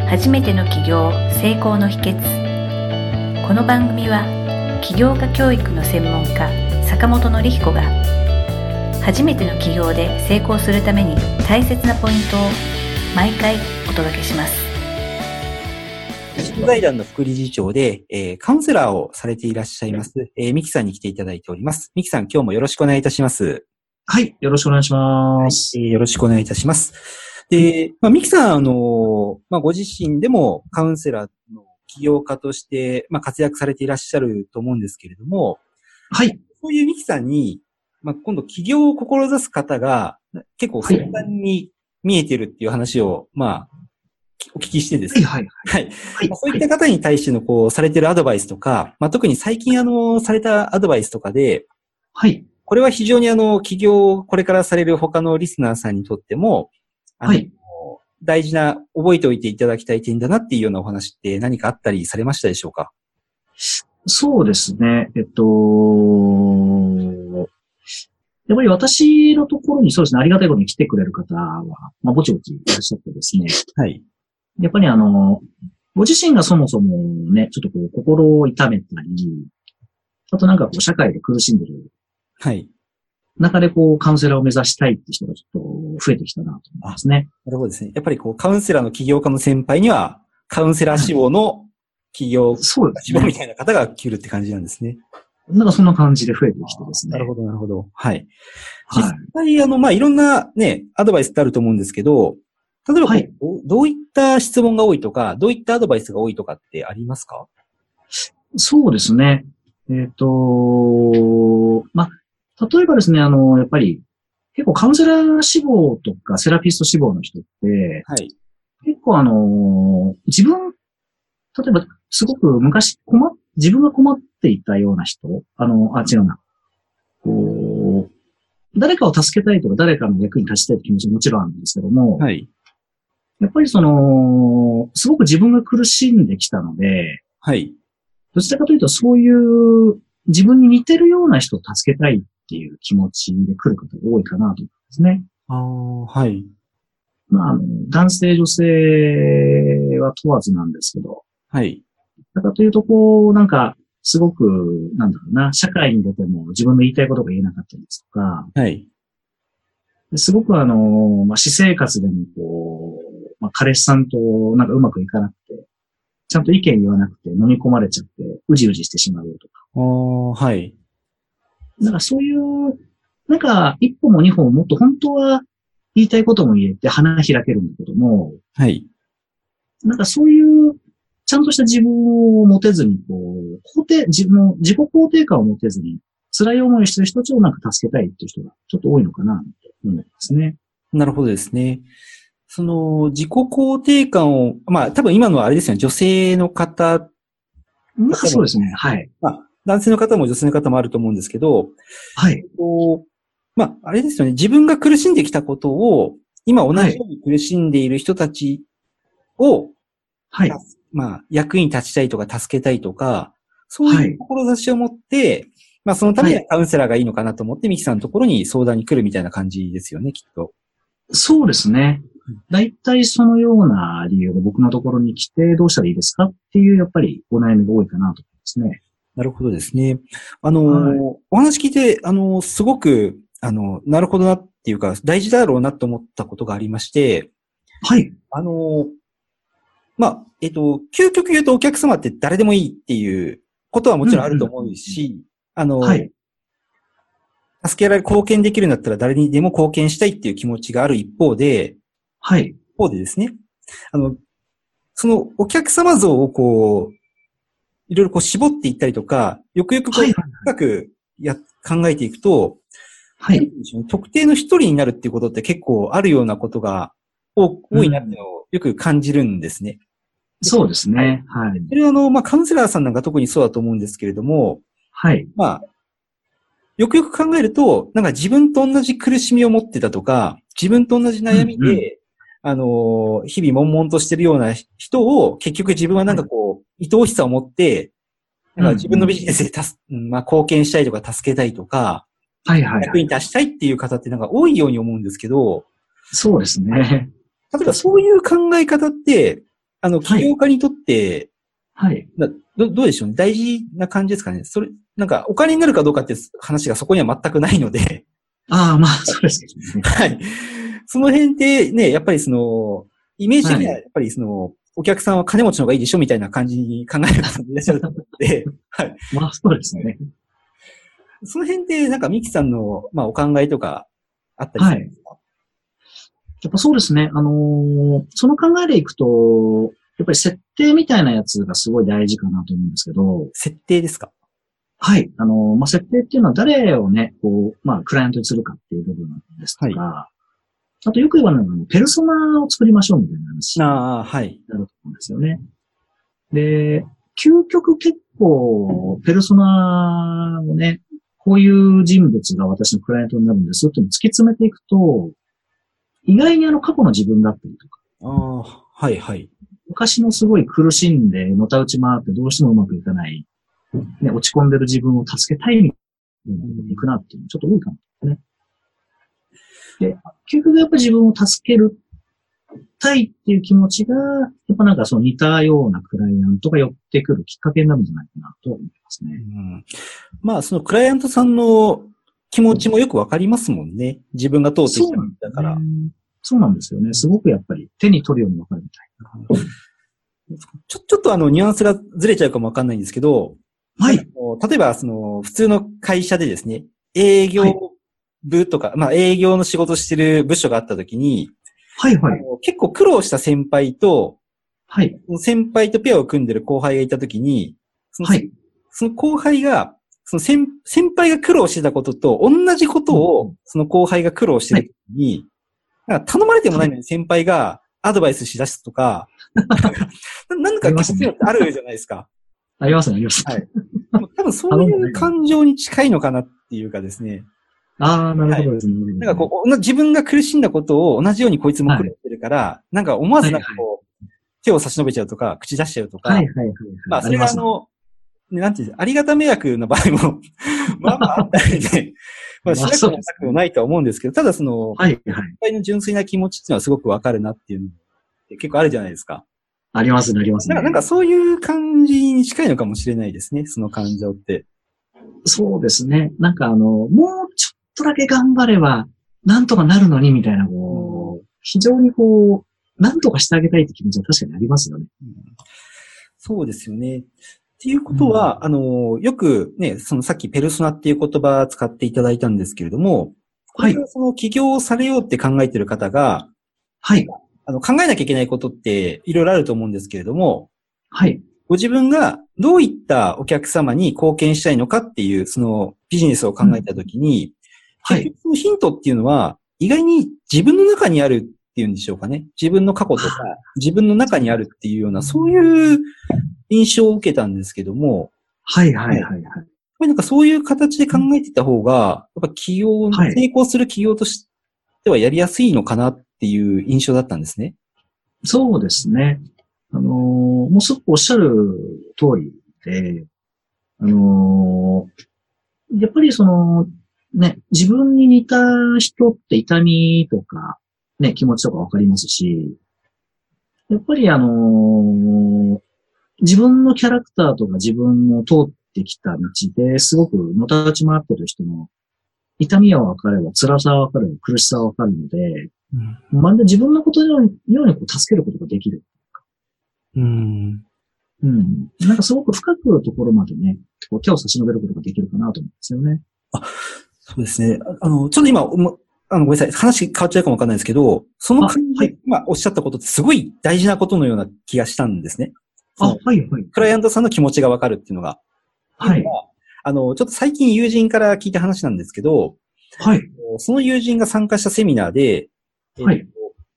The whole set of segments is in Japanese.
初めての起業成功の秘訣。この番組は起業家教育の専門家坂本典彦が初めての起業で成功するために大切なポイントを毎回お届けします。 祝財団の副理事長で、カウンセラーをされていらっしゃいます、ミキさんに来ていただいております。ミキさん、今日もよろしくお願いいたします。 はい、よろしくお願いします。 よろしくお願いいたします。で、ミキさん、ご自身でもカウンセラーの起業家として、活躍されていらっしゃると思うんですけれども、 はい。 そういうミキさんに、今度起業を志す方が結構簡単に見えてるっていう話を、お聞きしてですね。 はい。 そういった方に対してのされてるアドバイスとか、特に最近されたアドバイスとかで、 はい。 これは非常に起業をこれからされる他のリスナーさんにとっても、 はい。 大事な、覚えておいていただきたい点だなっていうようなお話って何かあったりされましたでしょうか？ そうですね。やっぱり私のところにそうですね、ありがたいことに来てくれる方は、ぼちぼちいらっしゃってですね。 はい。 やっぱりご自身がそもそもね、ちょっと心を痛めたり、あと社会で苦しんでる。 はい。 中でカウンセラーを目指したいって人がちょっと増えてきたなと思いますね。 なるほどですね。やっぱりカウンセラーの起業家の先輩には、カウンセラー志望の起業家志望みたいな方が来るって感じなんですね。 そんな感じで増えてきてですね。 なるほど。はい。実際、いろんなね、アドバイスってあると思うんですけど、例えば、どういった質問が多いとか、どういったアドバイスが多いとかってありますか？ そうですね。例えばですね、やっぱり、結構カウンセラー志望とかセラピスト志望の人って、 はい。 結構自分、例えば、すごく昔自分が困っていたような人、違うな。誰かを助けたいとか誰かの役に立ちたいという気持ちももちろんあるんですけども、 はい。 やっぱりすごく自分が苦しんできたので、 はい。 どちらかというとそういう自分に似てるような人を助けたいっていう気持ちで来る方が多いかなと思うんですね。 はい。 男性、女性は問わずなんですけど。 はい。 だからというと、すごく、社会に出ても自分の言いたいことが言えなかったりですとか、 はい。 すごく私生活でも彼氏さんとうまくいかなくて、ちゃんと意見言わなくて飲み込まれちゃって、うじうじしてしまうとか。 はい。 そういう、一歩も二歩ももっと本当は言いたいことも言えて花開けるんだけども、 はい。 そういう、ちゃんとした自分を持てずに、自己肯定感を持てずに、辛い思いをしてる人たちを助けたいっていう人がちょっと多いのかなと思いますね。 なるほどですね。自己肯定感を、多分今のはあれですよね、女性の方。 そうですね。はい。 男性の方も女性の方もあると思うんですけど、 はい。 あれですよね、自分が苦しんできたことを、今同じように苦しんでいる人たちを、 はい。 役に立ちたいとか助けたいとか、そういう志を持って、そのためにカウンセラーがいいのかなと思って、ミキさんのところに相談に来るみたいな感じですよね、きっと。 そうですね。だいたいそのような理由で僕のところに来てどうしたらいいですかっていう、やっぱりお悩みが多いかなと思いますね。 なるほどですね。お話聞いて、すごく、なるほどなっていうか、大事だろうなと思ったことがありまして、 はい。 究極言うとお客様って誰でもいいっていうことはもちろんあると思うし、 はい。 助けられ、貢献できるんだったら誰にでも貢献したいっていう気持ちがある一方で、 はい。 一方でですね、そのお客様像をいろいろ絞っていったりとか、よくよく深く考えていくと、 はい。 特定の一人になるっていうことって結構あるようなことが多いなっていうのをよく感じるんですね。 そうですね。はい。 それはカウンセラーさんなんか特にそうだと思うんですけれども、 はい。 よくよく考えると、自分と同じ苦しみを持ってたとか、自分と同じ悩みで、日々悶々としてるような人を、結局自分は愛おしさを持って、自分のビジネスで貢献したいとか助けたいとか、役に立ちたいっていう方って多いように思うんですけど、 そうですね。 例えばそういう考え方って、 起業家にとって、 はい。 どうでしょうね。大事な感じですかね。なんか、お金になるかどうかって話がそこには全くないので。 ああ、まあ、そうですけどね。 はい。その辺ってね、やっぱりイメージ的にはやっぱりお客さんは金持ちの方がいいでしょみたいな感じに考える方もいらっしゃると思うので、はい。 まあ、そうですね。 その辺ってなんかミキさんの、まあ、お考えとかあったりするんですか？ やっぱそうですね。その考えでいくと、やっぱり設定みたいなやつがすごい大事かなと思うんですけど。 設定ですか？ はい。まあ、設定っていうのは誰をね、まあ、クライアントにするかっていう部分ですとか、はい、あとよく言われるのは、ペルソナを作りましょうみたいな話。 はい。 なると思うんですよね。で、究極結構、ペルソナをね、こういう人物が私のクライアントになるんですっていうのを突き詰めていくと、意外に過去の自分だったりとか。 はいはい。 昔のすごい苦しんで、のたうち回ってどうしてもうまくいかない、ね、落ち込んでる自分を助けたいみたいなことに行くなっていうのちょっと多いかもね。で、結局やっぱ自分を助けるたいっていう気持ちが、やっぱなんかその似たようなクライアントが寄ってくるきっかけになるんじゃないかなと思いますね。 まあそのクライアントさんの気持ちもよくわかりますもんね。自分が通ってきたんだから。 そうなんですよね。すごくやっぱり手に取るようにわかるみたいな。ちょっとニュアンスがずれちゃうかもわかんないんですけど、 はい。 例えば普通の会社でですね、営業部とか、はい、まあ営業の仕事してる部署があったときに、 はいはい。 結構苦労した先輩と、 はい。 先輩とペアを組んでる後輩がいたときに、 はい。 その後輩が、先輩が苦労してたことと同じことを、その後輩が苦労してるときに、なんか頼まれてもないのに先輩がアドバイスしだすとか、なんか結構あるじゃないですか。 ありますね、あります。 はい。多分そういう感情に近いのかなっていうかですね。 ああ、なるほどですね。はい、 なんか自分が苦しんだことを同じようにこいつも苦労してるから、なんか思わずなんか手を差し伸べちゃうとか、口出しちゃうとか。 はいはいはい。 まあそれがなんていうんですか、ありがた迷惑の場合も、まあまああったりで、まあしなくもなくもないとは思うんですけど、ただはいはい。先輩の純粋な気持ちっていうのはすごくわかるなっていうのって結構あるじゃないですか。 ありますね、ありますね。 なんかそういう感じに近いのかもしれないですね、その感情って。 そうですね。なんかもうちょっとだけ頑張れば、なんとかなるのにみたいな、非常になんとかしてあげたいって気持ちは確かにありますよね。 そうですよね。っていうことは、よくね、さっきペルソナっていう言葉使っていただいたんですけれども、はい。起業をされようって考えている方が、 はい。 考えなきゃいけないことっていろいろあると思うんですけれども、 はい。 ご自分がどういったお客様に貢献したいのかっていう、ビジネスを考えたときに、はい。結局ヒントっていうのは、意外に自分の中にあるっていうんでしょうかね。自分の過去とか、自分の中にあるっていうような、そういう印象を受けたんですけども。 はいはいはいはい。 なんかそういう形で考えていた方が、やっぱ成功する企業としてはやりやすいのかなっていう印象だったんですね。 そうですね。もうすごくおっしゃる通りで、やっぱりね、自分に似た人って痛みとか、ね、気持ちとかわかりますし、やっぱり自分のキャラクターとか自分の通ってきた道ですごくのたうち回ってる人の痛みはわかれば、辛さはわかれば、苦しさはわかるので、まるで自分のことのように助けることができる。なんかすごく深くところまでね、手を差し伸べることができるかなと思うんですよね。 そうですね。ちょっと今、ごめんなさい。話変わっちゃうかもわかんないですけど、その感じで今おっしゃったことってすごい大事なことのような気がしたんですね。 はいはい。 クライアントさんの気持ちがわかるっていうのが。 はい。 ちょっと最近友人から聞いた話なんですけど、 はい。 その友人が参加したセミナーで、 はい。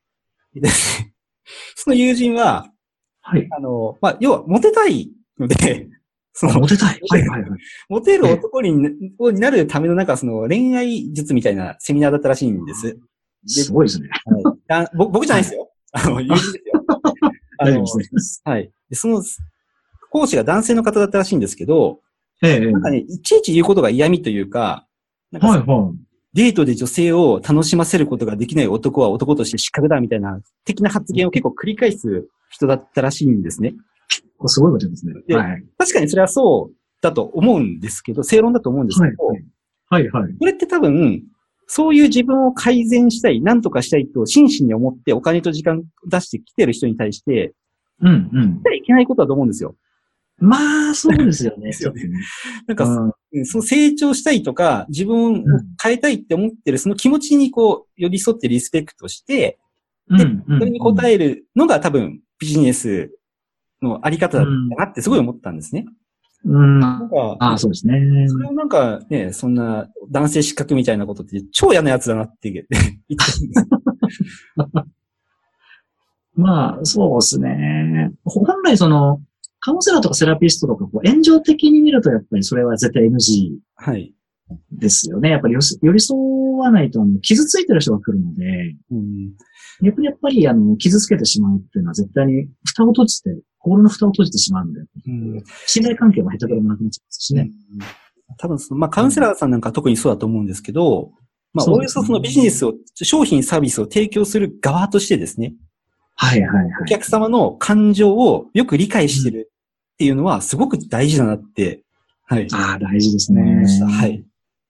その友人は、 はい。 要はモテたいので、 モテたい。はいはいはい。 モテる男になるためのなんか恋愛術みたいなセミナーだったらしいんです。 すごいですね。 はい、僕じゃないですよ。友人ですよ。 大丈夫です。 はい。で、その講師が男性の方だったらしいんですけど、なんかね、いちいち言うことが嫌味というか、なんかはいはい。 デートで女性を楽しませることができない男は男として失格だみたいな的な発言を結構繰り返す人だったらしいんですね。 すごいことですね。 ではい。 確かにそれはそうだと思うんですけど、正論だと思うんですけど、 はいはい。 これって多分、そういう自分を改善したい、何とかしたいと真摯に思ってお金と時間出してきてる人に対して、いけないことだと思うんですよ。 まあ、そうですよね。 ですよね。なんか、その成長したいとか、自分を変えたいって思ってる、その気持ちにこう、寄り添ってリスペクトして、で、それに応えるのが多分、ビジネスのあり方だなってすごい思ったんですね。なんか、 そうですね。 それをなんかね、そんな男性失格みたいなことって超嫌なやつだなって言ってるんですまあ、そうですね。本来カウンセラーとかセラピストとか、炎上的に見るとやっぱりそれは絶対 NG ですよね。やっぱり寄り添わないと傷ついてる人が来るので、逆にやっぱり傷つけてしまうっていうのは絶対に心の蓋を閉じてしまうんで、信頼関係も下手くらもなくなっちゃいますしね。 多分カウンセラーさんなんか特にそうだと思うんですけど、おおよそそのビジネスを、商品サービスを提供する側としてですね、お客様の感情をよく理解してるっていうのはすごく大事だなって、大事ですね。 はい。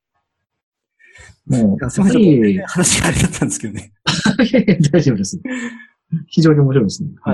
もう、 すみません、話があれだったんですけどね。 大丈夫です。非常に面白いですね。 はい。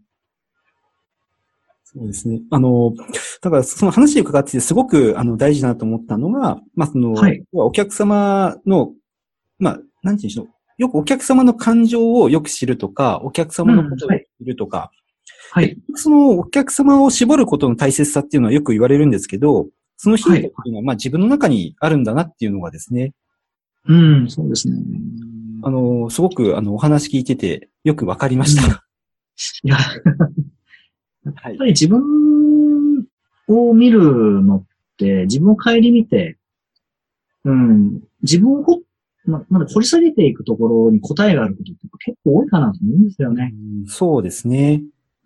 そうですね。だからその話を伺っててすごく大事だなと思ったのが、お客様の、なんて言うんでしょう。よくお客様の感情をよく知るとか、お客様のことを知るとか、そのお客様を絞ることの大切さっていうのはよく言われるんですけど、そのヒントっていうのは自分の中にあるんだなっていうのがですね。 そうですね。 すごくお話聞いててよくわかりました。 いや、やっぱり自分を見るのって自分を顧みて、自分を掘り下げていくところに答えがあることって結構多いかなと思うんですよね。 そうですね。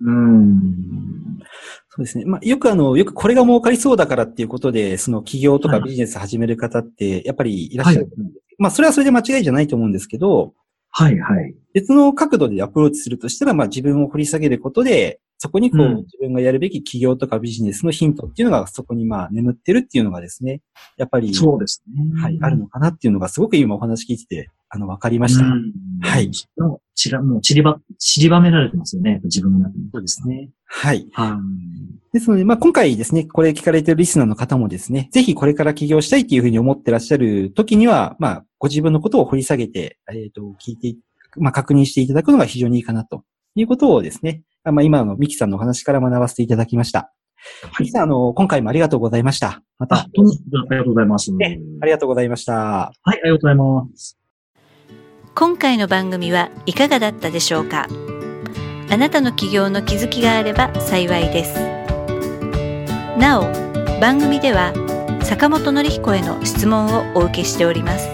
そうですね。よくこれが儲かりそうだからっていうことで、その起業とかビジネス始める方って、やっぱりいらっしゃる。それはそれで間違いじゃないと思うんですけど、別の角度でアプローチするとしたら、自分を掘り下げることで、そこに自分がやるべき起業とかビジネスのヒントっていうのがそこに眠ってるっていうのがですね、やっぱり、 そうですね。 あるのかなっていうのがすごく今お話聞いてて、わかりました。 もう散りばめられてますよね、自分の中に。 そうですね。ですので、今回ですね、これ聞かれているリスナーの方もですね、ぜひこれから起業したいっていうふうに思ってらっしゃる時には、ご自分のことを掘り下げて、聞いて、確認していただくのが非常にいいかなということをですね、今のミキさんのお話から学ばせていただきました。ミキさん、今回もありがとうございました。また。 どうもありがとうございます。 ありがとうございました。 ありがとうございます。 今回の番組はいかがだったでしょうか。あなたの起業の気づきがあれば幸いです。なお、番組では坂本典彦への質問をお受けしております。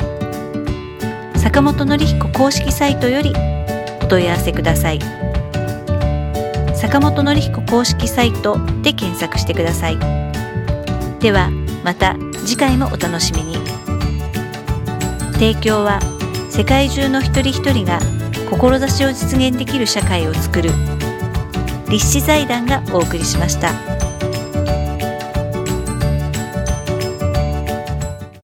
坂本典彦公式サイトよりお問い合わせください。坂本典彦公式サイトで検索してください。ではまた次回もお楽しみに。提供は世界中の一人一人が志を実現できる社会を作る立志財団がお送りしました。